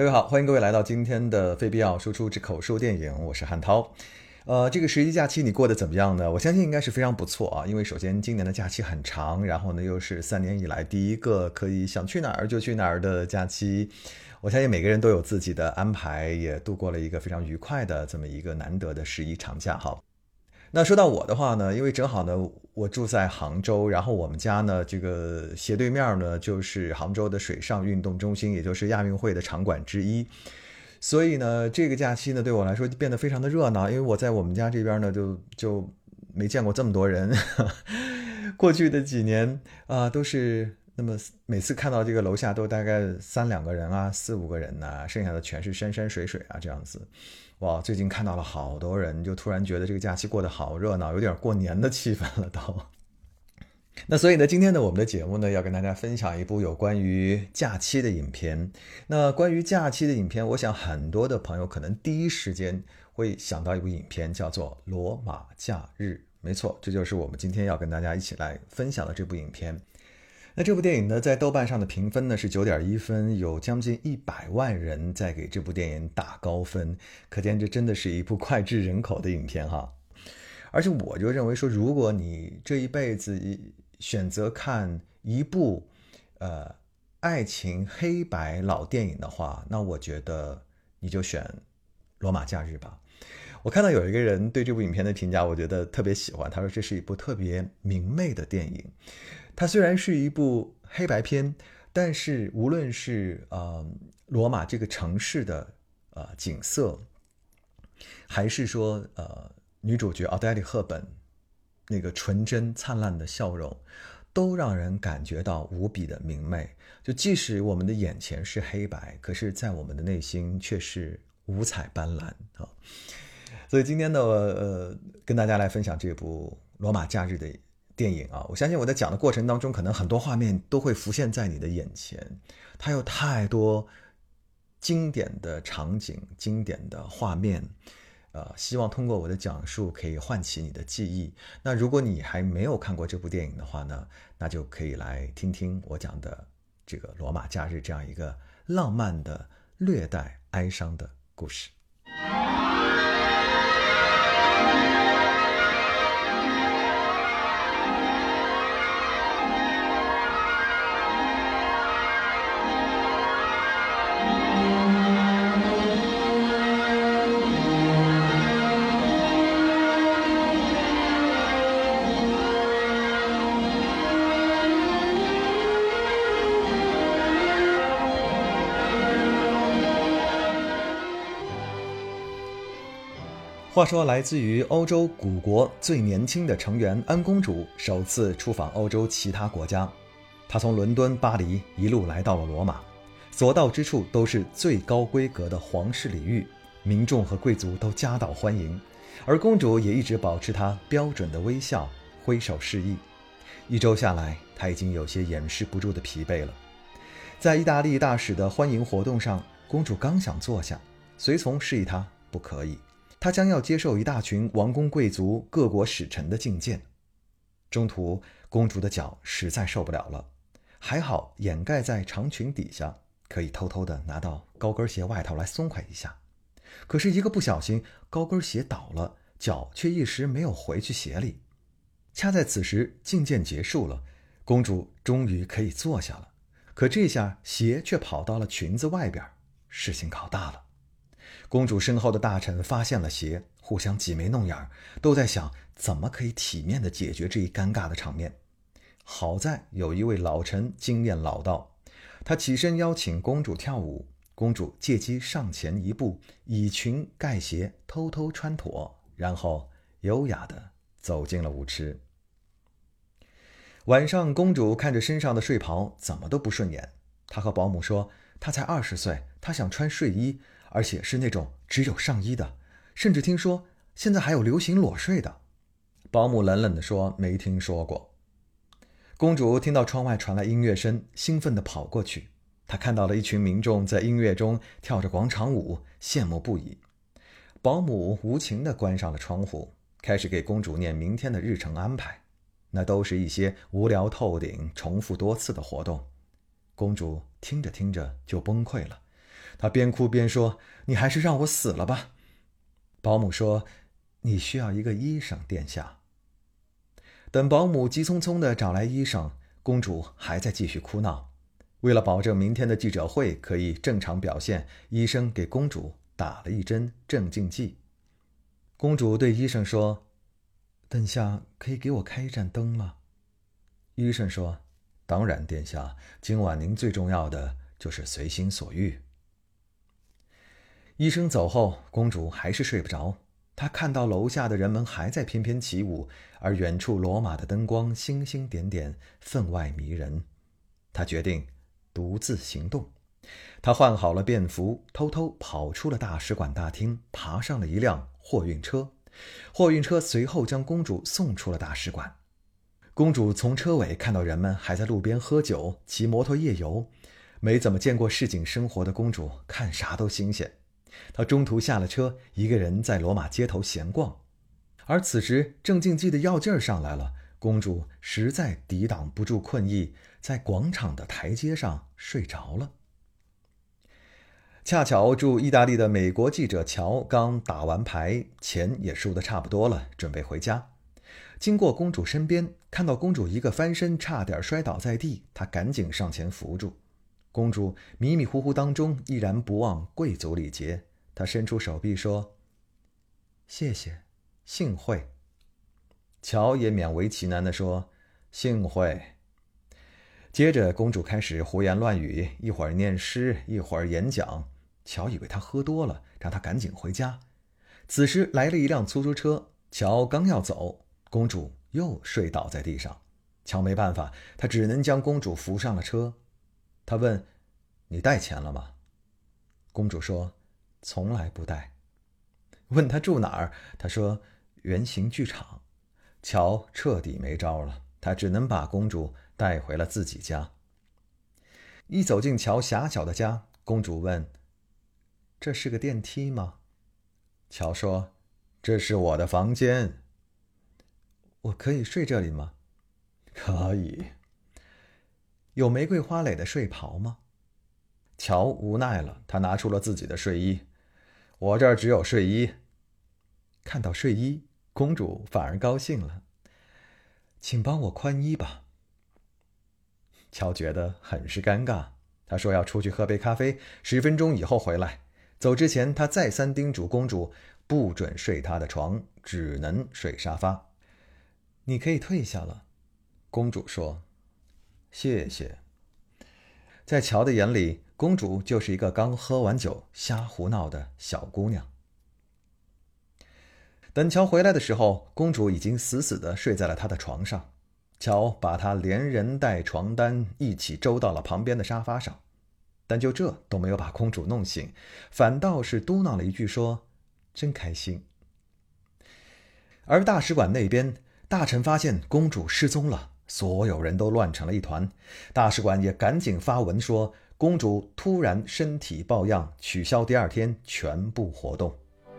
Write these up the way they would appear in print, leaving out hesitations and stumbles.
各位好，欢迎各位来到今天的非必要输出之口述电影，我是汉涛。这个十一假期你过得怎么样呢？我相信应该是非常不错啊，因为首先今年的假期很长，然后呢又是3年以来第一个可以想去哪儿就去哪儿的假期。我相信每个人都有自己的安排，也度过了一个非常愉快的这么一个难得的十一长假哈。那说到我的话呢，因为正好呢我住在杭州，然后我们家呢这个斜对面呢就是杭州的水上运动中心，也就是亚运会的场馆之一。所以呢这个假期呢对我来说就变得非常的热闹，因为我在我们家这边呢就没见过这么多人。过去的几年都是那么每次看到这个楼下都大概3-2个人啊，4-5个人啊，剩下的全是山山水水啊这样子。哇，最近看到了好多人，就突然觉得这个假期过得好热闹，有点过年的气氛了都。那所以呢，今天呢，我们的节目呢，要跟大家分享一部有关于假期的影片。那关于假期的影片，我想很多的朋友可能第一时间会想到一部影片，叫做《罗马假日》。没错，这就是我们今天要跟大家一起来分享的这部影片。那这部电影呢，在豆瓣上的评分呢是9.1分，有将近100万人在给这部电影打高分，可见这真的是一部脍炙人口的影片哈。而且我就认为说，如果你这一辈子选择看一部爱情黑白老电影的话，那我觉得你就选《罗马假日》吧。我看到有一个人对这部影片的评价，我觉得特别喜欢，他说这是一部特别明媚的电影。它虽然是一部黑白片，但是无论是罗马这个城市的景色，还是说女主角奥黛丽·赫本那个纯真灿烂的笑容，都让人感觉到无比的明媚。就即使我们的眼前是黑白，可是在我们的内心却是五彩斑斓啊。所以今天呢，跟大家来分享这部《罗马假日》的电影啊，我相信我在讲的过程当中，可能很多画面都会浮现在你的眼前，它有太多经典的场景、经典的画面，希望通过我的讲述可以唤起你的记忆。那如果你还没有看过这部电影的话呢，那就可以来听听我讲的这个《罗马假日》这样一个浪漫的、略带哀伤的故事。话说来自于欧洲古国最年轻的成员安公主首次出访欧洲其他国家，她从伦敦、巴黎一路来到了罗马，所到之处都是最高规格的皇室礼遇，民众和贵族都夹道欢迎，而公主也一直保持她标准的微笑，挥手示意。1周下来，她已经有些掩饰不住的疲惫了。在意大利大使的欢迎活动上，公主刚想坐下，随从示意她不可以，他将要接受一大群王公贵族、各国使臣的觐见。中途，公主的脚实在受不了了，还好掩盖在长裙底下，可以偷偷地拿到高跟鞋外头来松快一下。可是一个不小心，高跟鞋倒了，脚却一时没有回去鞋里。恰在此时，觐见结束了，公主终于可以坐下了。可这下鞋却跑到了裙子外边，事情搞大了。公主身后的大臣发现了鞋，互相挤眉弄眼，都在想怎么可以体面地解决这一尴尬的场面。好在有一位老臣经验老道，他起身邀请公主跳舞，公主借机上前一步，以裙盖鞋，偷偷穿妥，然后优雅地走进了舞池。晚上，公主看着身上的睡袍怎么都不顺眼，她和保姆说她才20岁，她想穿睡衣，而且是那种只有上衣的，甚至听说现在还有流行裸睡的。保姆冷冷地说没听说过。公主听到窗外传来音乐声，兴奋地跑过去，她看到了一群民众在音乐中跳着广场舞，羡慕不已。保姆无情地关上了窗户，开始给公主念明天的日程安排，那都是一些无聊透顶、重复多次的活动。公主听着听着就崩溃了， 他边哭边说：“你还是让我死了吧。”保姆说：“你需要一个医生，殿下。”等保姆急匆匆地找来医生，公主还在继续哭闹。为了保证明天的记者会可以正常表现，医生给公主打了一针镇静剂。公主对医生说：“等下可以给我开一盏灯吗？”医生说：“当然，殿下，今晚您最重要的就是随心所欲。”医生走后，公主还是睡不着。她看到楼下的人们还在翩翩起舞，而远处罗马的灯光星星点点，分外迷人。她决定独自行动。她换好了便服，偷偷跑出了大使馆大厅，爬上了一辆货运车。货运车随后将公主送出了大使馆。公主从车尾看到人们还在路边喝酒、骑摩托夜游。没怎么见过市井生活的公主看啥都新鲜。她中途下了车，一个人在罗马街头闲逛。而此时镇静剂的药劲儿上来了，公主实在抵挡不住困意，在广场的台阶上睡着了。恰巧驻意大利的美国记者乔刚打完牌，钱也输得差不多了，准备回家。经过公主身边，看到公主一个翻身差点摔倒在地，他赶紧上前扶住。公主迷迷糊糊当中依然不忘贵族礼节，她伸出手臂说：“谢谢，幸会。”乔也勉为其难地说：“幸会。”接着公主开始胡言乱语，一会儿念诗，一会儿演讲。乔以为她喝多了，让她赶紧回家。此时来了一辆出租车，乔刚要走，公主又睡倒在地上。乔没办法，他只能将公主扶上了车。他问：“你带钱了吗？”公主说：“从来不带。”问他住哪儿，他说：“圆形剧场。”乔彻底没招了，他只能把公主带回了自己家。一走进乔狭小的家，公主问：“这是个电梯吗？”乔说：“这是我的房间。”“我可以睡这里吗？”“可以。”“有玫瑰花蕾的睡袍吗？”乔无奈了，他拿出了自己的睡衣。“我这儿只有睡衣。”看到睡衣，公主反而高兴了。“请帮我宽衣吧。”乔觉得很是尴尬，他说要出去喝杯咖啡，10分钟以后回来。走之前，他再三叮嘱公主不准睡他的床，只能睡沙发。“你可以退下了。”公主说。“谢谢。”在乔的眼里，公主就是一个刚喝完酒瞎胡闹的小姑娘。等乔回来的时候，公主已经死死地睡在了他的床上。乔把她连人带床单一起周到了旁边的沙发上，但就这都没有把公主弄醒，反倒是嘟囔了一句说：“真开心。”而大使馆那边，大臣发现公主失踪了，所有人都乱成了一团。大使馆也赶紧发文说，公主突然身体抱恙，取消第2天全部活动。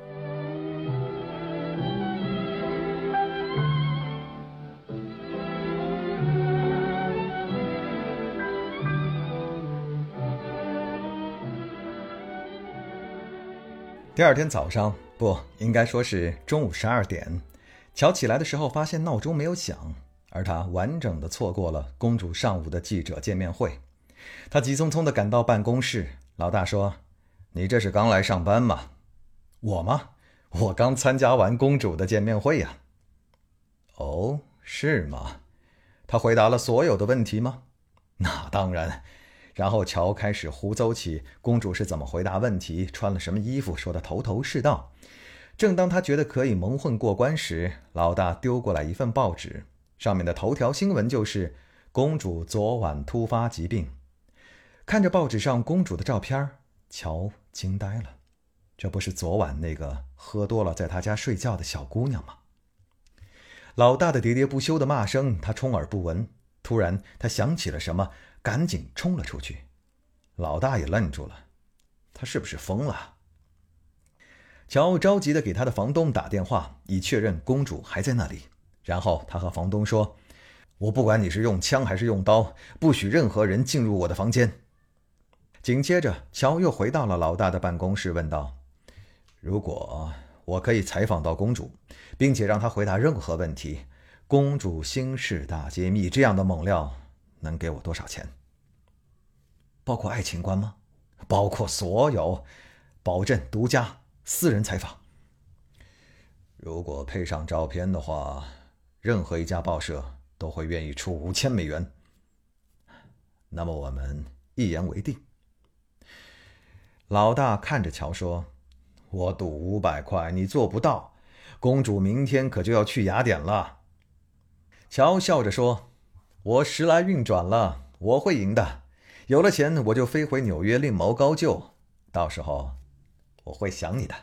第2天早上，不，应该说是中午12点，乔起来的时候发现闹钟没有响，而他完整的错过了公主上午的记者见面会。他急匆匆地赶到办公室，老大说：“你这是刚来上班吗？”“我吗？我刚参加完公主的见面会呀。”“哦，是吗？他回答了所有的问题吗？”“那当然。”然后乔开始胡诌起公主是怎么回答问题，穿了什么衣服，说得头头是道。正当他觉得可以蒙混过关时，老大丢过来一份报纸，上面的头条新闻就是公主昨晚突发疾病。看着报纸上公主的照片，乔惊呆了，这不是昨晚那个喝多了在他家睡觉的小姑娘吗？老大的喋喋不休的骂声他充耳不闻，突然他想起了什么，赶紧冲了出去。老大也愣住了，他是不是疯了？乔着急地给他的房东打电话，以确认公主还在那里。然后他和房东说：“我不管你是用枪还是用刀，不许任何人进入我的房间。” 紧接着，乔又回到了老大的办公室，问道：“如果我可以采访到公主，并且让她回答任何问题，公主心事大揭秘这样的猛料，能给我多少钱？”“包括爱情观吗？”“包括所有，保证独家私人采访。如果配上照片的话，任何一家报社都会愿意出$5000。那么我们一言为定。”老大看着乔说：“我赌500块，你做不到。公主明天可就要去雅典了。”乔笑着说：“我时来运转了，我会赢的。有了钱，我就飞回纽约另谋高就。到时候，我会想你的。”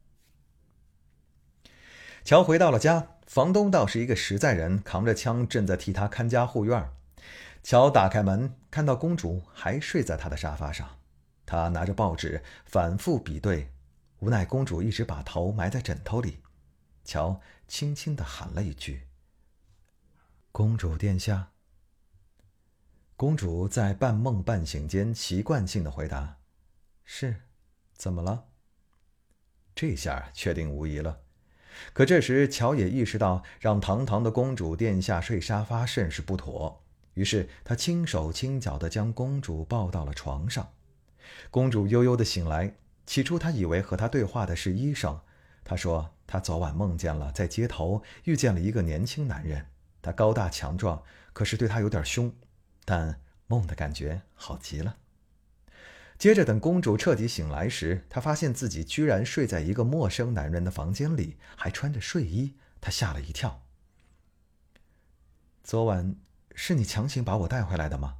乔回到了家，房东倒是一个实在人，扛着枪正在替他看家护院。乔打开门，看到公主还睡在他的沙发上。他拿着报纸反复比对，无奈公主一直把头埋在枕头里。乔轻轻地喊了一句：“公主殿下。”公主在半梦半醒间习惯性地回答：“是，怎么了？”这下确定无疑了。可这时乔也意识到让堂堂的公主殿下睡沙发甚是不妥，于是他轻手轻脚地将公主抱到了床上。公主悠悠地醒来，起初她以为和她对话的是医生。她说她昨晚梦见了在街头遇见了一个年轻男人，他高大强壮，可是对她有点凶，但梦的感觉好极了。接着等公主彻底醒来时，她发现自己居然睡在一个陌生男人的房间里，还穿着睡衣，她吓了一跳。“昨晚是你强行把我带回来的吗？”“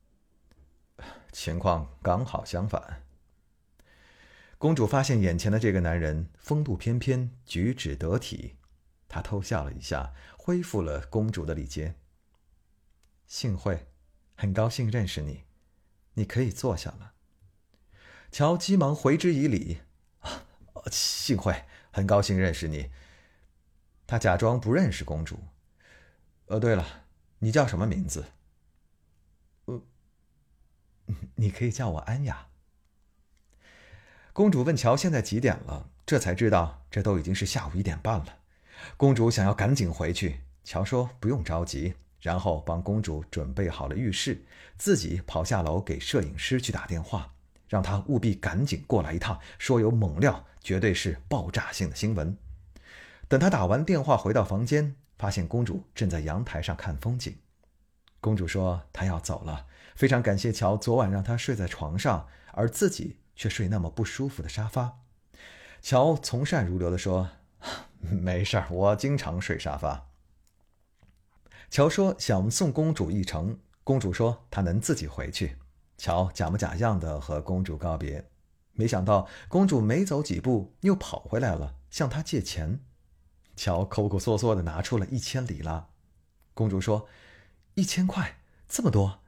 情况刚好相反。”公主发现眼前的这个男人风度翩翩，举止得体，她偷笑了一下，恢复了公主的礼节。“幸会，很高兴认识你，你可以坐下了。”乔急忙回之以礼：“幸会，很高兴认识你。”他假装不认识公主。“对了，你叫什么名字？”“你可以叫我安雅。”公主问乔现在几点了，这才知道这都已经是下午1点半了。公主想要赶紧回去，乔说不用着急，然后帮公主准备好了浴室，自己跑下楼给摄影师去打电话，让他务必赶紧过来一趟，说有猛料，绝对是爆炸性的新闻。等他打完电话回到房间，发现公主正在阳台上看风景。公主说她要走了，非常感谢乔昨晚让她睡在床上，而自己却睡那么不舒服的沙发。乔从善如流地说：“没事儿，我经常睡沙发。”乔说想送公主一程，公主说她能自己回去。乔假模假样的和公主告别，没想到公主没走几步又跑回来了，向她借钱。乔抠抠缩缩的拿出了1000里拉。公主说：“1000块，这么多？”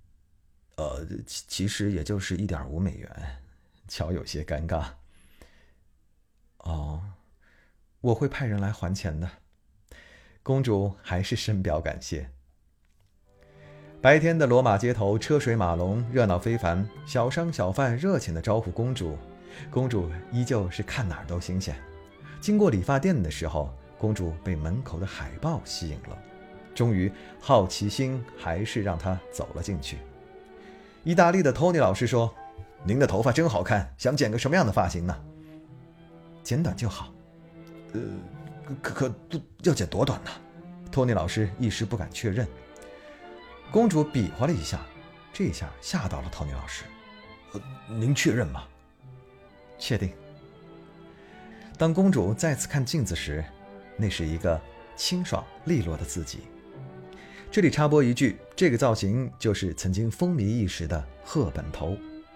其实也就是1.5美元。乔有些尴尬。“哦，我会派人来还钱的。”公主还是深表感谢。白天的罗马街头车水马龙，热闹非凡，小商小贩热情地招呼公主，公主依旧是看哪儿都新鲜。经过理发店的时候，公主被门口的海报吸引了，终于好奇心还是让她走了进去。意大利的 Tony 老师说：“您的头发真好看，想剪个什么样的发型呢？”“剪短就好。”“可要剪多短呢？” Tony 老师一时不敢确认。公主比划了一下，这下吓到了 Tony 老师。“您确认吗？”“确定。”当公主再次看镜子时，那是一个清爽利落的自己。这里插播一句，这个造型就是曾经风靡一时的赫本头。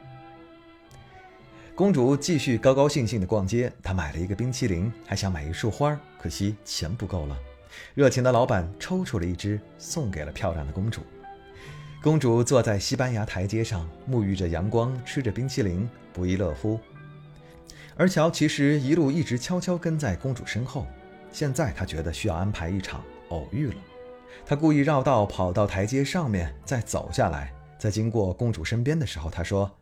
公主继续高高兴兴地逛街，她买了一个冰淇淋，还想买一束花，可惜钱不够了。热情的老板抽出了一支，送给了漂亮的公主。公主坐在西班牙台阶上，沐浴着阳光，吃着冰淇淋，不亦乐乎。而乔其实一直悄悄跟在公主身后，现在他觉得需要安排一场偶遇了。他故意绕道跑到台阶上面，再走下来，在经过公主身边的时候，他说：“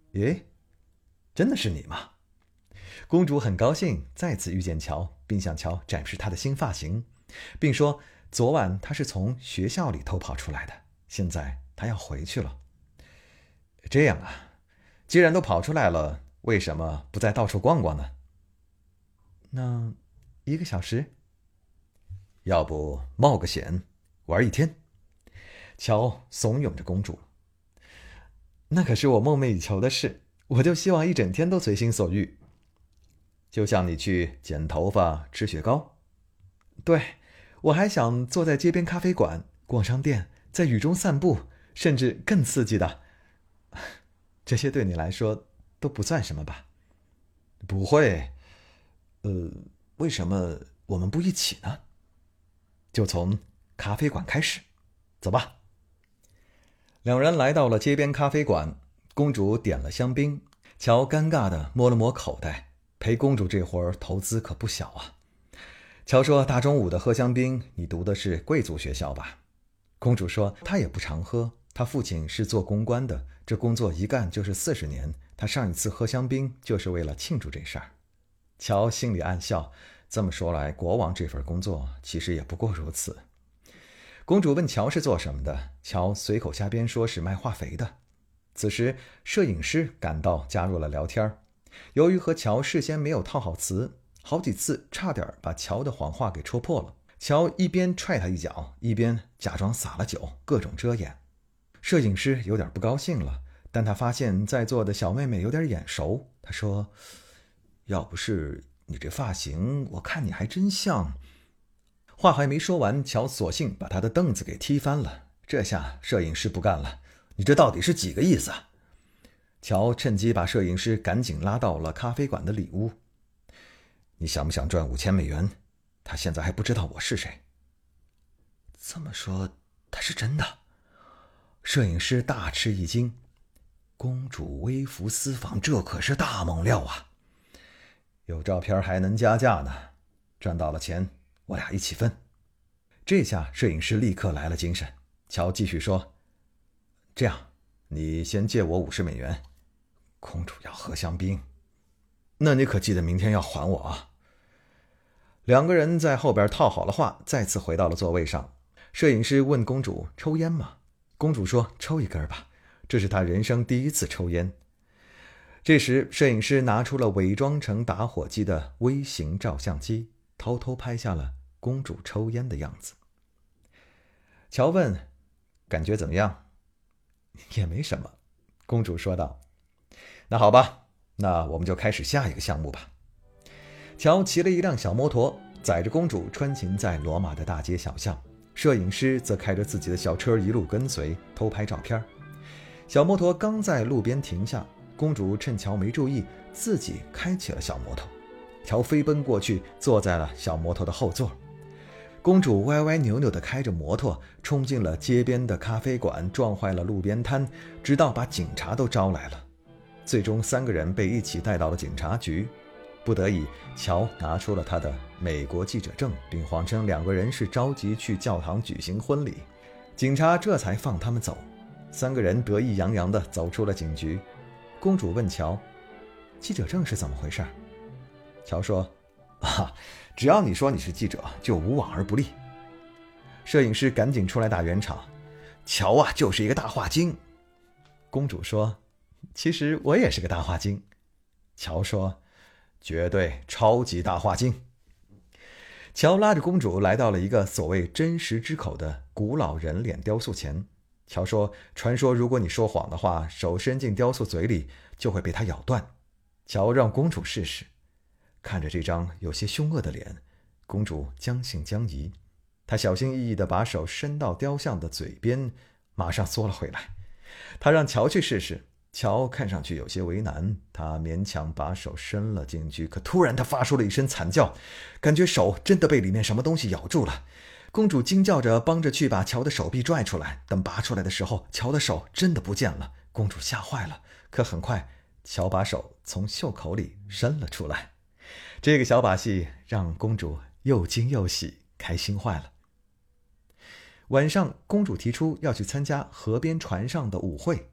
耶，真的是你吗？公主很高兴再次遇见乔，并向乔展示她的新发型，并说昨晚她是从学校里偷跑出来的，现在她要回去了。这样啊，既然都跑出来了，为什么不再到处逛逛呢？那1个小时？要不冒个险，玩1天？乔怂恿着公主。那可是我梦寐以求的事，我就希望一整天都随心所欲。就像你去剪头发、吃雪糕。对，我还想坐在街边咖啡馆、逛商店，在雨中散步，甚至更刺激的。这些对你来说都不算什么吧？不会。为什么我们不一起呢？就从咖啡馆开始，走吧。两人来到了街边咖啡馆，公主点了香槟，乔尴尬地摸了摸口袋，陪公主这会儿投资可不小啊。乔说大中午的喝香槟，你读的是贵族学校吧？公主说她也不常喝，她父亲是做公关的，这工作一干就是40年，她上一次喝香槟就是为了庆祝这事儿。乔心里暗笑，这么说来，国王这份工作其实也不过如此。公主问乔是做什么的，乔随口瞎编说是卖化肥的。此时摄影师赶到加入了聊天，由于和乔事先没有套好词，好几次差点把乔的谎话给戳破了。乔一边踹他一脚，一边假装洒了酒，各种遮掩。摄影师有点不高兴了，但他发现在座的小妹妹有点眼熟，他说，要不是你这发型，我看你还真像。话还没说完，乔索性把他的凳子给踢翻了。这下摄影师不干了，你这到底是几个意思啊？乔趁机把摄影师赶紧拉到了咖啡馆的里屋。你想不想赚5000美元？他现在还不知道我是谁。这么说，他是真的？摄影师大吃一惊。公主微服私访，这可是大猛料啊！有照片还能加价呢，赚到了钱，我俩一起分。这下摄影师立刻来了精神。乔继续说，这样，你先借我50美元。公主要喝香槟，那你可记得明天要还我啊。两个人在后边套好了话，再次回到了座位上。摄影师问公主抽烟吗？公主说抽一根吧，这是她人生第一次抽烟。这时摄影师拿出了伪装成打火机的微型照相机，偷偷拍下了公主抽烟的样子。乔问，感觉怎么样？也没什么，公主说道。那好吧，那我们就开始下一个项目吧。乔骑了一辆小摩托，载着公主穿行在罗马的大街小巷，摄影师则开着自己的小车一路跟随，偷拍照片。小摩托刚在路边停下，公主趁乔没注意，自己开起了小摩托。乔飞奔过去，坐在了小摩托的后座。公主歪歪扭扭地开着摩托，冲进了街边的咖啡馆，撞坏了路边摊，直到把警察都招来了。最终3个人被一起带到了警察局。不得已，乔拿出了他的美国记者证，并谎称2个人是着急去教堂举行婚礼。警察这才放他们走。3个人得意洋洋地走出了警局。公主问乔，记者证是怎么回事？乔说，只要你说你是记者，就无往而不利。摄影师赶紧出来打圆场，乔啊，就是一个大话精。公主说，其实我也是个大话精。乔说，绝对超级大话精。乔拉着公主来到了一个所谓真实之口的古老人脸雕塑前。乔说，传说如果你说谎的话，手伸进雕塑嘴里就会被它咬断。乔让公主试试。看着这张有些凶恶的脸，公主将信将疑。她小心翼翼地把手伸到雕像的嘴边，马上缩了回来。她让乔去试试。乔看上去有些为难，他勉强把手伸了进去，可突然他发出了一声惨叫，感觉手真的被里面什么东西咬住了。公主惊叫着帮着去把乔的手臂拽出来，等拔出来的时候，乔的手真的不见了。公主吓坏了，可很快乔把手从袖口里伸了出来。这个小把戏让公主又惊又喜，开心坏了。晚上，公主提出要去参加河边船上的舞会。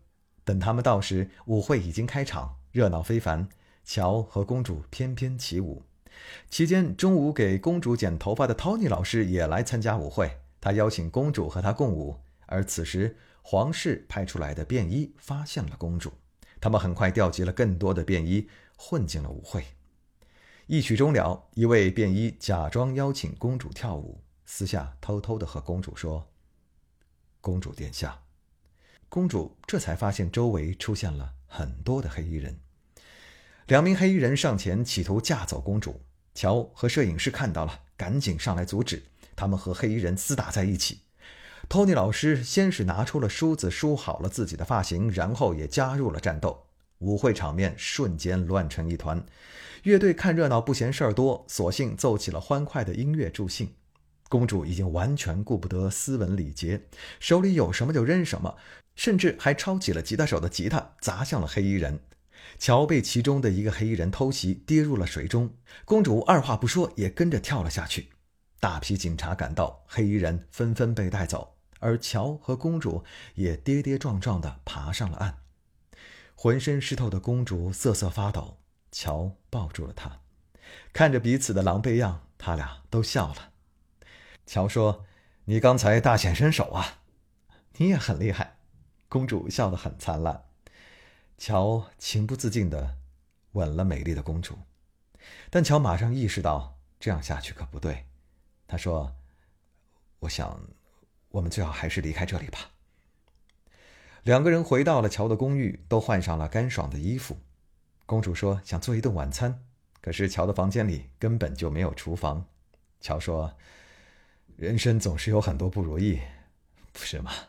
等他们到时，舞会已经开场，热闹非凡。乔和公主翩翩起舞。期间，中午给公主剪头发的 Tony 老师也来参加舞会，他邀请公主和他共舞。而此时，皇室派出来的便衣发现了公主，他们很快调集了更多的便衣，混进了舞会。一曲终了，一位便衣假装邀请公主跳舞，私下偷偷地和公主说：“公主殿下。”公主这才发现周围出现了很多的黑衣人。2名黑衣人上前企图架走公主，乔和摄影师看到了，赶紧上来阻止。他们和黑衣人厮打在一起。Tony 老师先是拿出了梳子梳好了自己的发型，然后也加入了战斗。舞会场面瞬间乱成一团。乐队看热闹不嫌事儿多，索性奏起了欢快的音乐助兴。公主已经完全顾不得斯文礼节，手里有什么就扔什么，甚至还抄起了吉他手的吉他砸向了黑衣人。乔被其中的一个黑衣人偷袭，跌入了水中。公主二话不说也跟着跳了下去。大批警察赶到，黑衣人纷纷被带走，而乔和公主也跌跌撞撞地爬上了岸。浑身湿透的公主瑟瑟发抖，乔抱住了她。看着彼此的狼狈样，他俩都笑了。乔说：“你刚才大显身手啊。”“你也很厉害。”公主笑得很灿烂。乔情不自禁地吻了美丽的公主，但乔马上意识到这样下去可不对。他说：“我想我们最好还是离开这里吧。”2个人回到了乔的公寓，都换上了干爽的衣服。公主说想做一顿晚餐，可是乔的房间里根本就没有厨房。乔说：“人生总是有很多不如意，不是吗？”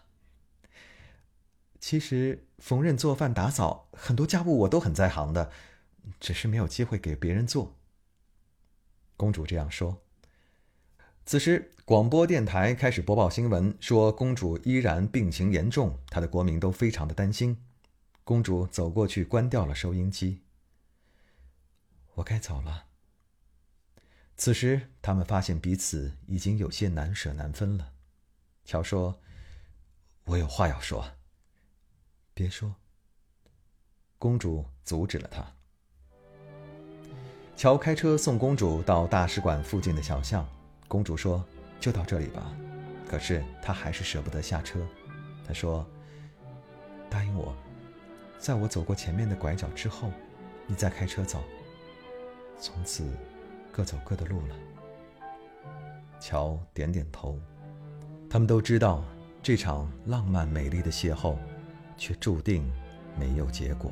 其实缝纫、做饭、打扫，很多家务我都很在行的，只是没有机会给别人做。公主这样说。此时，广播电台开始播报新闻，说公主依然病情严重，她的国民都非常的担心。公主走过去关掉了收音机。我该走了。此时，他们发现彼此已经有些难舍难分了。乔说：“我有话要说。”“别说。”公主阻止了他。乔开车送公主到大使馆附近的小巷。公主说：“就到这里吧。”可是她还是舍不得下车。她说：“答应我，在我走过前面的拐角之后，你再开车走。从此各走各的路了。”乔点点头。他们都知道，这场浪漫美丽的邂逅却注定没有结果。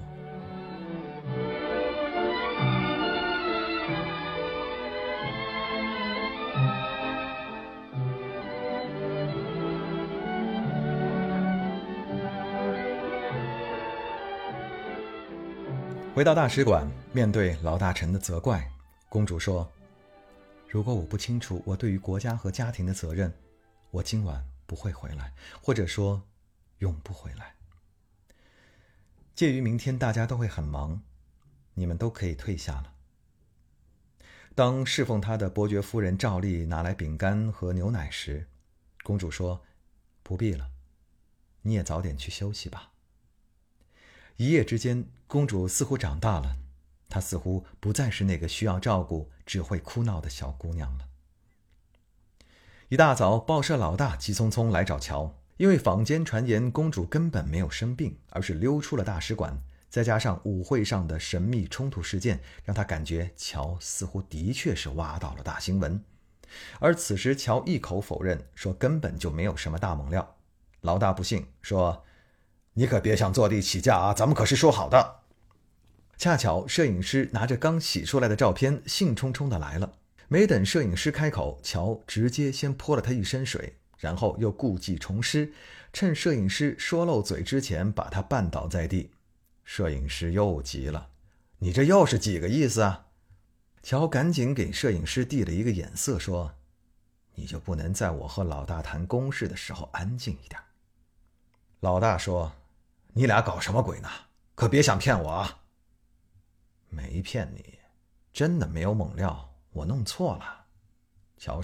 回到大使馆，面对老大臣的责怪，公主说：“如果我不清楚我对于国家和家庭的责任，我今晚不会回来，或者说永不回来。介于明天大家都会很忙，你们都可以退下了。”当侍奉她的伯爵夫人照例拿来饼干和牛奶时，公主说：“不必了，你也早点去休息吧。”一夜之间，公主似乎长大了，她似乎不再是那个需要照顾、只会哭闹的小姑娘了。一大早，报社老大急匆匆来找乔，因为坊间传言公主根本没有生病，而是溜出了大使馆，再加上舞会上的神秘冲突事件，让他感觉乔似乎的确是挖到了大新闻。而此时乔一口否认，说根本就没有什么大猛料。老大不信，说：“你可别想坐地起价啊，咱们可是说好的。”恰巧摄影师拿着刚洗出来的照片，兴冲冲地来了。没等摄影师开口，乔直接先泼了他一身水，然后又故技重施，趁摄影师说漏嘴之前把他绊倒在地。摄影师又急了：“你这又是几个意思啊？”乔赶紧给摄影师递了一个眼色，说：“你就不能在我和老大谈公事的时候安静一点？”老大说：“你俩搞什么鬼呢？可别想骗我啊！”“没骗你，真的没有猛料，我弄错了。”乔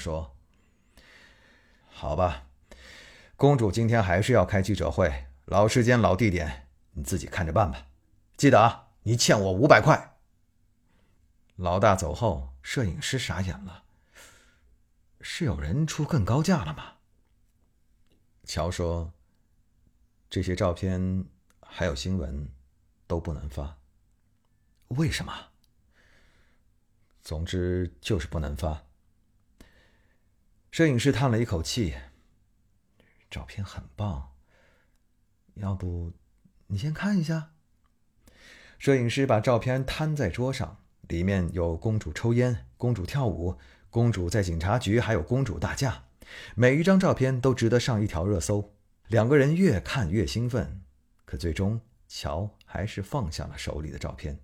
说。“好吧，公主今天还是要开记者会，老时间老地点， 你自己看着办吧。记得啊，你欠我500块。老大走后，摄影师傻眼了，是有人出更高价了吗？乔说，这些照片还有新闻都不能发。为什么？总之就是不能发。摄影师叹了一口气，照片很棒，要不你先看一下。摄影师把照片摊在桌上，里面有公主抽烟、公主跳舞、公主在警察局，还有公主打架，每一张照片都值得上一条热搜。两个人越看越兴奋，可最终乔还是放下了手里的照片。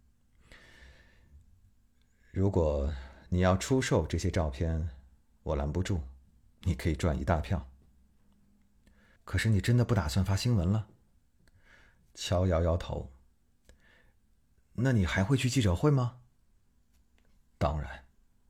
如果你要出售这些照片，我拦不住，你可以赚一大票。可是你真的不打算发新闻了？乔摇摇头。那你还会去记者会吗？当然。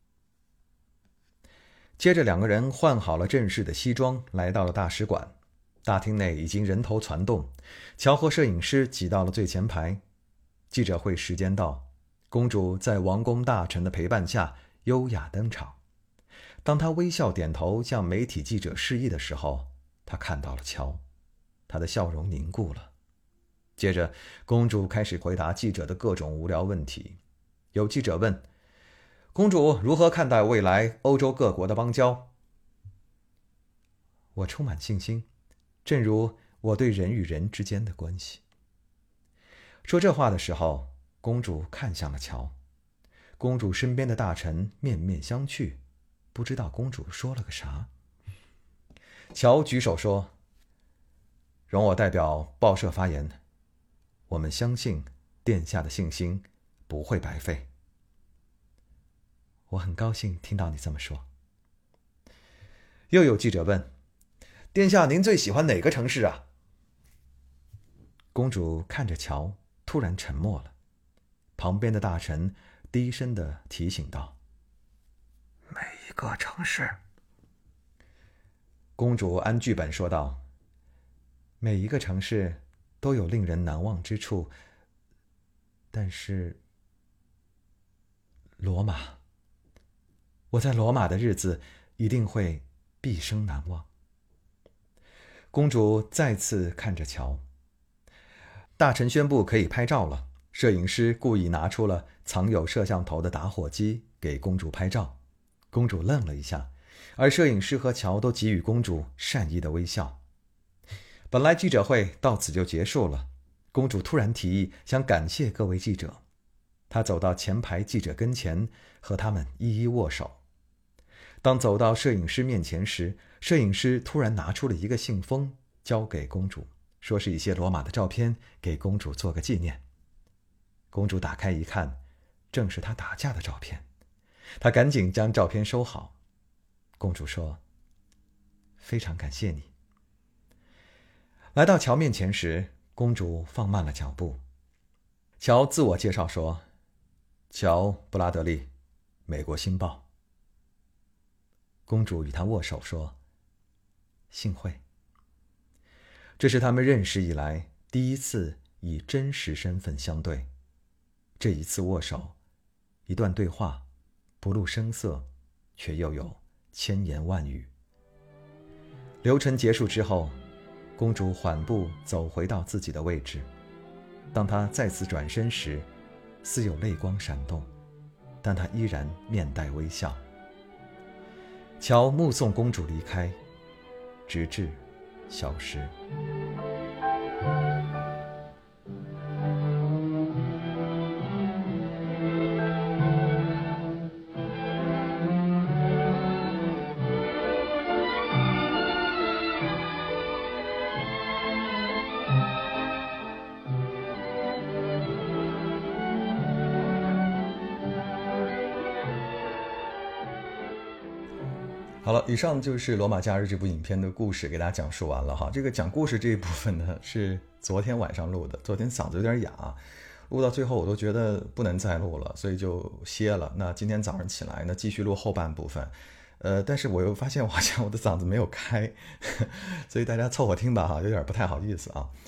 接着两个人换好了正式的西装，来到了大使馆。大厅内已经人头攒动，乔和摄影师挤到了最前排。记者会时间到，公主在王公大臣的陪伴下优雅登场。当她微笑点头向媒体记者示意的时候，她看到了乔，她的笑容凝固了。接着，公主开始回答记者的各种无聊问题。有记者问，公主如何看待未来欧洲各国的邦交？我充满信心，正如我对人与人之间的关系。说这话的时候，公主看向了乔。公主身边的大臣面面相觑，不知道公主说了个啥。乔举手说，容我代表报社发言，我们相信殿下的信心不会白费。我很高兴听到你这么说。又有记者问，殿下您最喜欢哪个城市啊？公主看着乔，突然沉默了。旁边的大臣低声地提醒道，每一个城市。公主按剧本说道，每一个城市都有令人难忘之处，但是罗马，我在罗马的日子一定会毕生难忘。公主再次看着乔。大臣宣布可以拍照了，摄影师故意拿出了藏有摄像头的打火机给公主拍照。公主愣了一下，而摄影师和乔都给予公主善意的微笑。本来记者会到此就结束了，公主突然提议想感谢各位记者。她走到前排记者跟前，和他们一一握手。当走到摄影师面前时，摄影师突然拿出了一个信封交给公主，说是一些罗马的照片，给公主做个纪念。公主打开一看，正是她打架的照片。她赶紧将照片收好。公主说，非常感谢你。来到乔面前时，公主放慢了脚步。乔自我介绍说，乔·布拉德利，美国新报。公主与他握手说，幸会。这是他们认识以来第一次以真实身份相对。这一次握手，一段对话，不露声色，却又有千言万语。流程结束之后，公主缓步走回到自己的位置。当她再次转身时，似有泪光闪动，但她依然面带微笑。乔目送公主离开，直至消失。好了，以上就是《罗马假日》这部影片的故事，给大家讲述完了哈。这个讲故事这一部分呢，是昨天晚上录的，昨天嗓子有点哑，录到最后我都觉得不能再录了，所以就歇了。那今天早上起来呢，继续录后半部分。但是我又发现好像我的嗓子没有开，所以大家凑合听吧哈，有点不太好意思啊。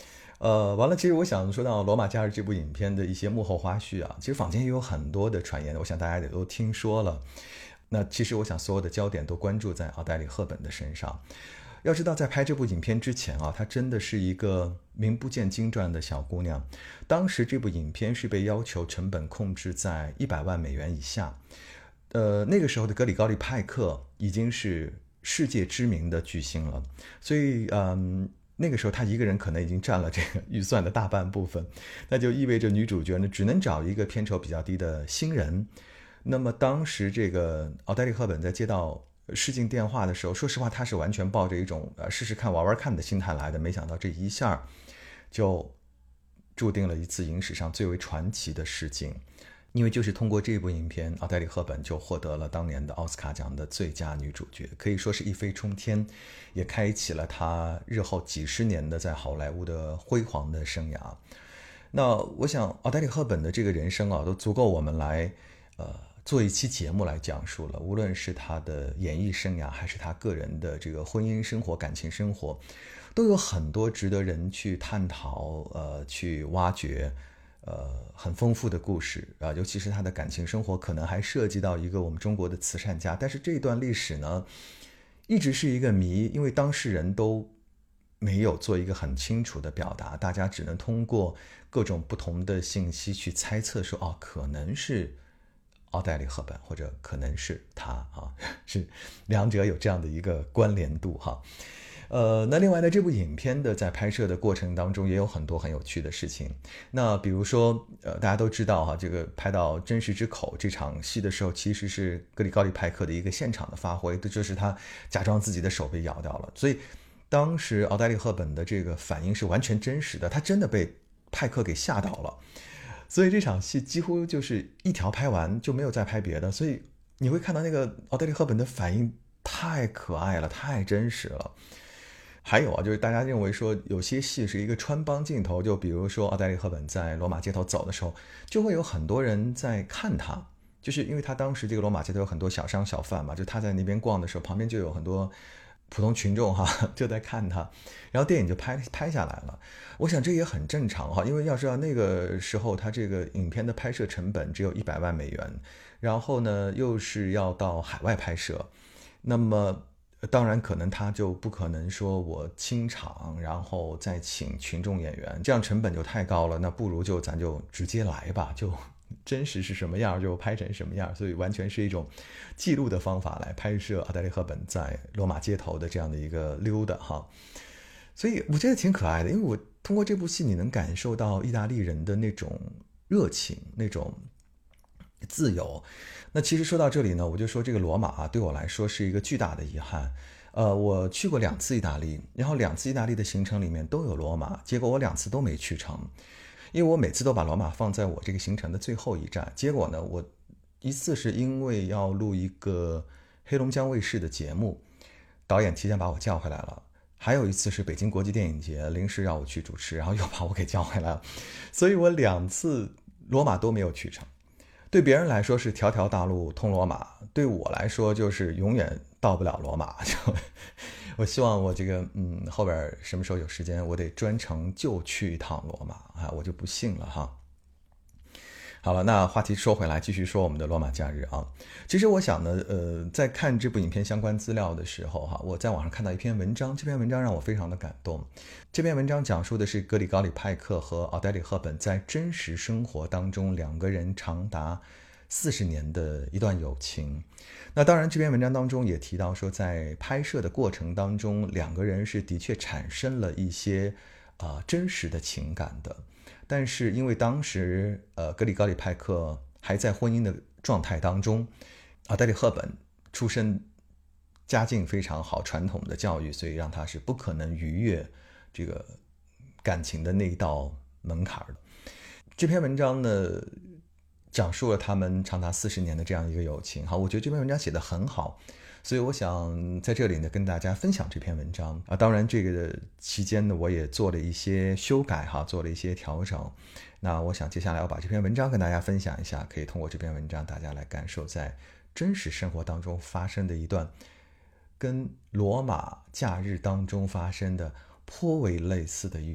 完了，其实我想说到《罗马假日》这部影片的一些幕后花絮啊，其实坊间也有很多的传言，我想大家也都听说了。那其实我想所有的焦点都关注在奥黛丽·赫本的身上。要知道，在拍这部影片之前啊，她真的是一个名不见经传的小姑娘。当时这部影片是被要求成本控制在$100万以下。那个时候的格里高利·派克已经是世界知名的巨星了，所以那个时候他一个人可能已经占了这个预算的大半部分，那就意味着女主角呢只能找一个片酬比较低的新人。那么当时这个奥黛丽·赫本在接到试镜电话的时候，说实话她是完全抱着一种试试看玩玩看的心态来的，没想到这一下就注定了一次影史上最为传奇的试镜。因为就是通过这部影片，奥黛丽·赫本就获得了当年的奥斯卡奖的最佳女主角，可以说是一飞冲天，也开启了她日后几十年的在好莱坞的辉煌的生涯。那我想，奥黛丽·赫本的这个人生啊，都足够我们来做一期节目来讲述了。无论是她的演艺生涯，还是她个人的这个婚姻生活、感情生活，都有很多值得人去探讨、去挖掘。很丰富的故事啊，尤其是他的感情生活，可能还涉及到一个我们中国的慈善家。但是这段历史呢，一直是一个谜，因为当事人都没有做一个很清楚的表达，大家只能通过各种不同的信息去猜测说，哦，可能是奥黛丽·赫本，或者可能是他啊，是两者有这样的一个关联度哈。那另外呢，这部影片的在拍摄的过程当中也有很多很有趣的事情。那比如说，大家都知道哈，这个拍到真实之口这场戏的时候，其实是格里高利·派克的一个现场的发挥，这就是他假装自己的手被咬掉了。所以当时奥黛丽·赫本的这个反应是完全真实的，她真的被派克给吓到了。所以这场戏几乎就是一条拍完就没有再拍别的，所以你会看到那个奥黛丽·赫本的反应太可爱了，太真实了。还有啊，就是大家认为说有些戏是一个穿帮镜头，就比如说奥黛丽·赫本在罗马街头走的时候，就会有很多人在看她，就是因为她当时这个罗马街头有很多小商小贩嘛，就她在那边逛的时候，旁边就有很多普通群众哈就在看她，然后电影就拍下来了。我想这也很正常哈，因为要知道那个时候他这个影片的拍摄成本只有$100万，然后呢又是要到海外拍摄，那么当然可能他就不可能说我清场然后再请群众演员，这样成本就太高了，那不如咱就直接来吧，就真实是什么样就拍成什么样，所以完全是一种记录的方法来拍摄奥黛丽·赫本在罗马街头的这样的一个溜达哈。所以我觉得挺可爱的，因为我通过这部戏你能感受到意大利人的那种热情，那种自由。那其实说到这里呢，我就说这个罗马啊，对我来说是一个巨大的遗憾。我去过2次意大利，然后2次意大利的行程里面都有罗马，结果我2次都没去成，因为我每次都把罗马放在我这个行程的最后一站。结果呢，我一次是因为要录一个黑龙江卫视的节目，导演提前把我叫回来了。还有一次是北京国际电影节，临时让我去主持，然后又把我给叫回来了，所以我2次罗马都没有去成。对别人来说是条条大路通罗马，对我来说就是永远到不了罗马。我希望我这个后边什么时候有时间，我得专程就去一趟罗马啊，我就不信了哈。好了，那话题说回来，继续说我们的罗马假日啊。其实我想呢，在看这部影片相关资料的时候哈，我在网上看到一篇文章，这篇文章让我非常的感动。这篇文章讲述的是格里高利·派克和奥黛丽·赫本在真实生活当中2个人长达40年的一段友情。那当然，这篇文章当中也提到说，在拍摄的过程当中，2个人是的确产生了一些真实的情感的。但是因为当时格里高利·派克还在婚姻的状态当中，奥黛丽·赫本出身家境非常好，传统的教育，所以让他是不可能逾越这个感情的那一道门槛的。这篇文章呢，讲述了他们长达40年的这样一个友情。好，我觉得这篇文章写得很好，所以我想在这里呢跟大家分享这篇文章啊。当然这个期间呢，我也做了一些修改哈，做了一些调整。那我想接下来我把这篇文章跟大家分享一下，可以通过这篇文章大家来感受在真实生活当中发生的一段跟罗马假日当中发生的颇为类似的一种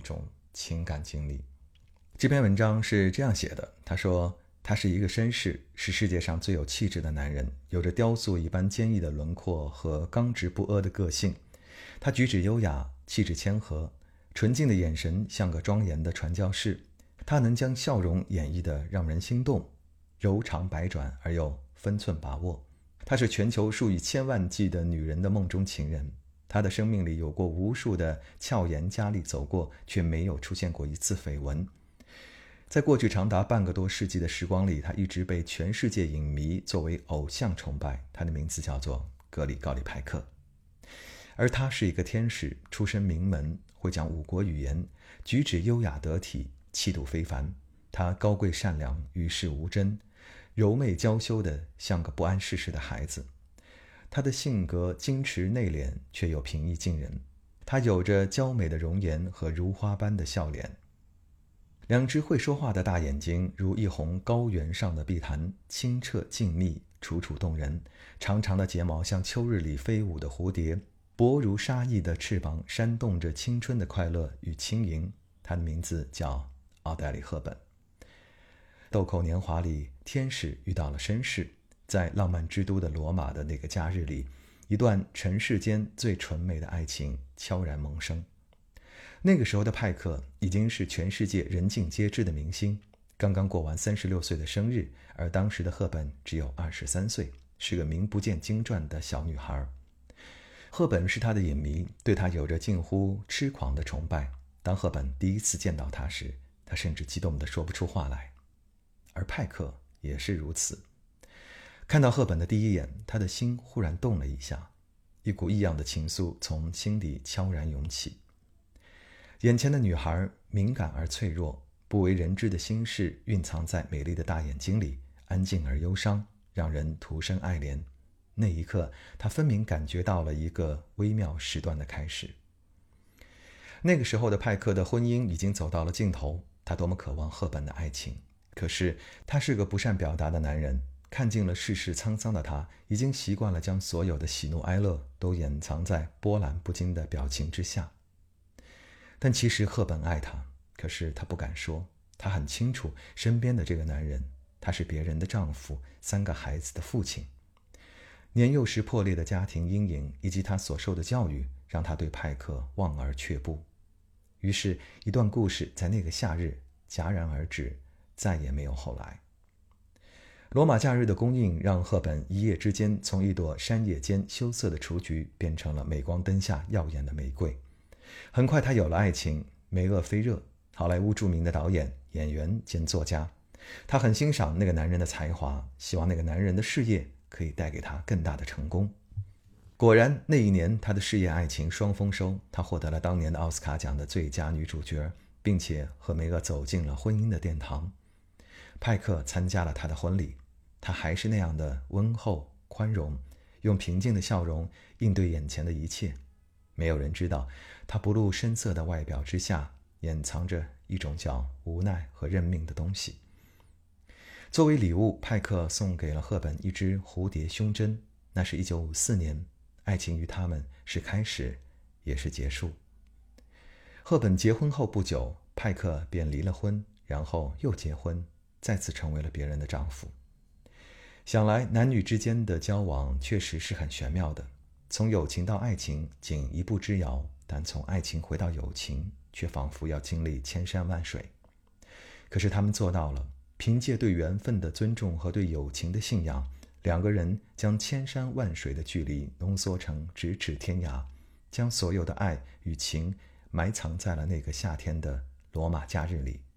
情感经历。这篇文章是这样写的，他说他是一个绅士，是世界上最有气质的男人，有着雕塑一般坚毅的轮廓和刚直不阿的个性。他举止优雅，气质谦和，纯净的眼神像个庄严的传教士。他能将笑容演绎得让人心动，柔肠百转而又分寸把握。他是全球数以千万计的女人的梦中情人。他的生命里有过无数的俏颜佳丽走过，却没有出现过一次绯闻。在过去长达半个多世纪的时光里，他一直被全世界影迷作为偶像崇拜。他的名字叫做格里高利·派克。而他是一个天使，出身名门，会讲5国语言，举止优雅得体，气度非凡。他高贵善良，与世无争，柔媚娇羞的像个不谙世事的孩子。他的性格矜持内敛，却又平易近人。他有着娇美的容颜和如花般的笑脸，两只会说话的大眼睛如一泓高原上的碧潭，清澈静谧，楚楚动人。长长的睫毛像秋日里飞舞的蝴蝶，薄如纱翼的翅膀扇动着青春的快乐与轻盈。他的名字叫奥黛丽·赫本。豆蔻年华里，天使遇到了绅士，在浪漫之都的罗马的那个假日里，一段尘世间最纯美的爱情悄然萌生。那个时候的派克已经是全世界人尽皆知的明星，刚刚过完36岁的生日，而当时的赫本只有23岁，是个名不见经传的小女孩。赫本是他的影迷，对他有着近乎痴狂的崇拜。当赫本第一次见到他时，他甚至激动地说不出话来。而派克也是如此。看到赫本的第一眼，他的心忽然动了一下，一股异样的情愫从心底悄然涌起。眼前的女孩敏感而脆弱，不为人知的心事蕴藏在美丽的大眼睛里，安静而忧伤，让人徒生爱怜。那一刻，他分明感觉到了一个微妙时段的开始。那个时候的派克的婚姻已经走到了尽头，他多么渴望赫本的爱情。可是他是个不善表达的男人，看尽了世事沧桑的他，已经习惯了将所有的喜怒哀乐都掩藏在波澜不惊的表情之下。但其实赫本爱他，可是他不敢说。他很清楚身边的这个男人，他是别人的丈夫，3个孩子的父亲。年幼时破裂的家庭阴影以及他所受的教育，让他对派克望而却步。于是一段故事在那个夏日戛然而止，再也没有后来。罗马假日的供应让赫本一夜之间从一朵山野间羞涩的雏菊变成了镁光灯下耀眼的玫瑰。很快他有了爱情，梅厄菲热，好莱坞著名的导演、演员兼作家。他很欣赏那个男人的才华，希望那个男人的事业可以带给他更大的成功。果然，那一年他的事业爱情双丰收，他获得了当年的奥斯卡奖的最佳女主角，并且和梅厄走进了婚姻的殿堂。派克参加了他的婚礼，他还是那样的温厚宽容，用平静的笑容应对眼前的一切。没有人知道，他不露声色的外表之下掩藏着一种叫无奈和认命的东西。作为礼物，派克送给了赫本一只蝴蝶胸针，那是1954年，爱情于他们是开始也是结束。赫本结婚后不久，派克便离了婚，然后又结婚，再次成为了别人的丈夫。想来男女之间的交往确实是很玄妙的，从友情到爱情仅一步之遥，但从爱情回到友情却仿佛要经历千山万水。可是他们做到了，凭借对缘分的尊重和对友情的信仰，两个人将千山万水的距离浓缩成咫尺天涯，将所有的爱与情埋藏在了那个夏天的罗马假日里。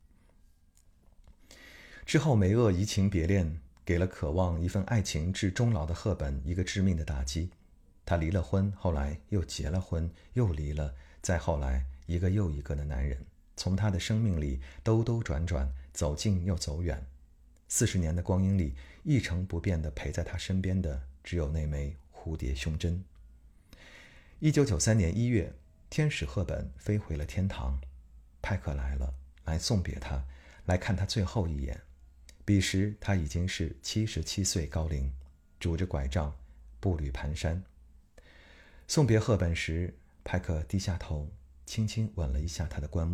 之后梅厄移情别恋，给了渴望一份爱情至终老的赫本一个致命的打击。他离了婚，后来又结了婚，又离了，再后来一个又一个的男人从他的生命里兜兜转转，走近又走远。40年的光阴里，一成不变地陪在他身边的只有那枚蝴蝶胸针。1993年1月，天使赫本飞回了天堂，派克来了，来送别他，来看他最后一眼。彼时他已经是77岁高龄，拄着拐杖，步履蹒跚。送别赫本时，派克低下头，轻轻吻了一下他的棺木，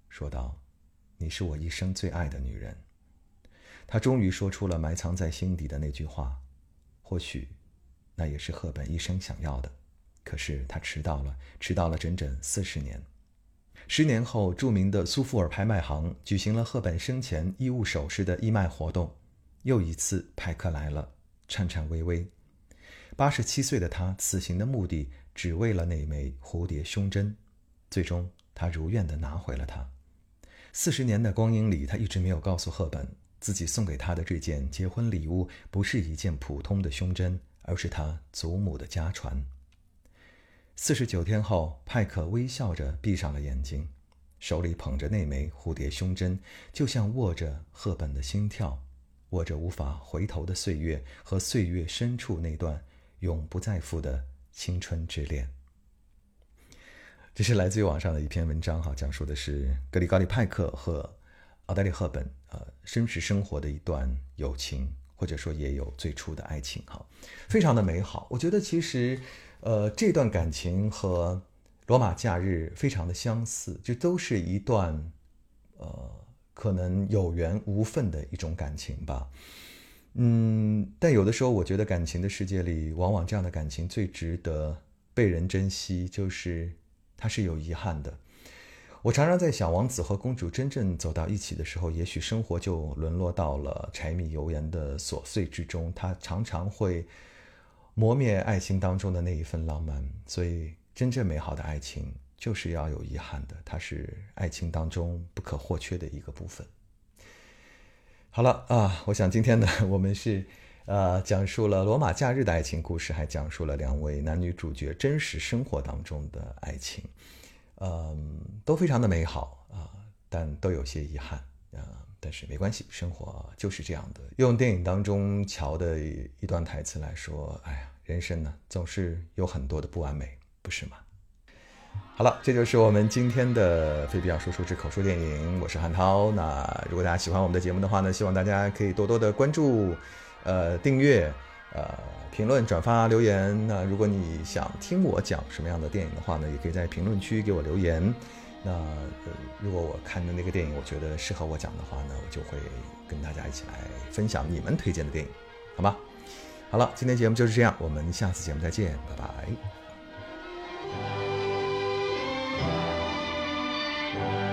说道：“你是我一生最爱的女人。”他终于说出了埋藏在心底的那句话，或许那也是赫本一生想要的，可是他迟到了整整40年。10年后，著名的苏富尔拍卖行举行了赫本生前衣物首饰的义卖活动，又一次派克来了，颤颤巍巍。87岁的他此行的目的只为了那枚蝴蝶胸针，最终他如愿地拿回了它。40年的光阴里，他一直没有告诉赫本，自己送给他的这件结婚礼物不是一件普通的胸针，而是他祖母的家传。49天后，派克微笑着闭上了眼睛，手里捧着那枚蝴蝶胸针，就像握着赫本的心跳，握着无法回头的岁月和岁月深处那段永不再复的青春之恋。这是来自于网上的一篇文章，讲述的是格里高利·派克和奥黛丽·赫本真实生活的一段友情，或者说也有最初的爱情，非常的美好。我觉得其实这段感情和罗马假日非常的相似，就都是一段可能有缘无分的一种感情吧。但有的时候我觉得感情的世界里，往往这样的感情最值得被人珍惜，就是它是有遗憾的。我常常在想，王子和公主真正走到一起的时候，也许生活就沦落到了柴米油盐的琐碎之中，它常常会磨灭爱情当中的那一份浪漫。所以真正美好的爱情就是要有遗憾的，它是爱情当中不可或缺的一个部分。好了我想今天呢，我们是讲述了罗马假日的爱情故事，还讲述了2位男女主角真实生活当中的爱情，都非常的美好但都有些遗憾但是没关系，生活就是这样的。用电影当中乔的一段台词来说，人生呢总是有很多的不完美，不是吗？好了，这就是我们今天的非必要说书之口述电影，我是汉涛。那如果大家喜欢我们的节目的话呢，希望大家可以多多的关注订阅评论转发留言。那如果你想听我讲什么样的电影的话呢，也可以在评论区给我留言。那如果我看的那个电影我觉得适合我讲的话呢，我就会跟大家一起来分享你们推荐的电影，好吗？好了，今天节目就是这样，我们下次节目再见，拜拜。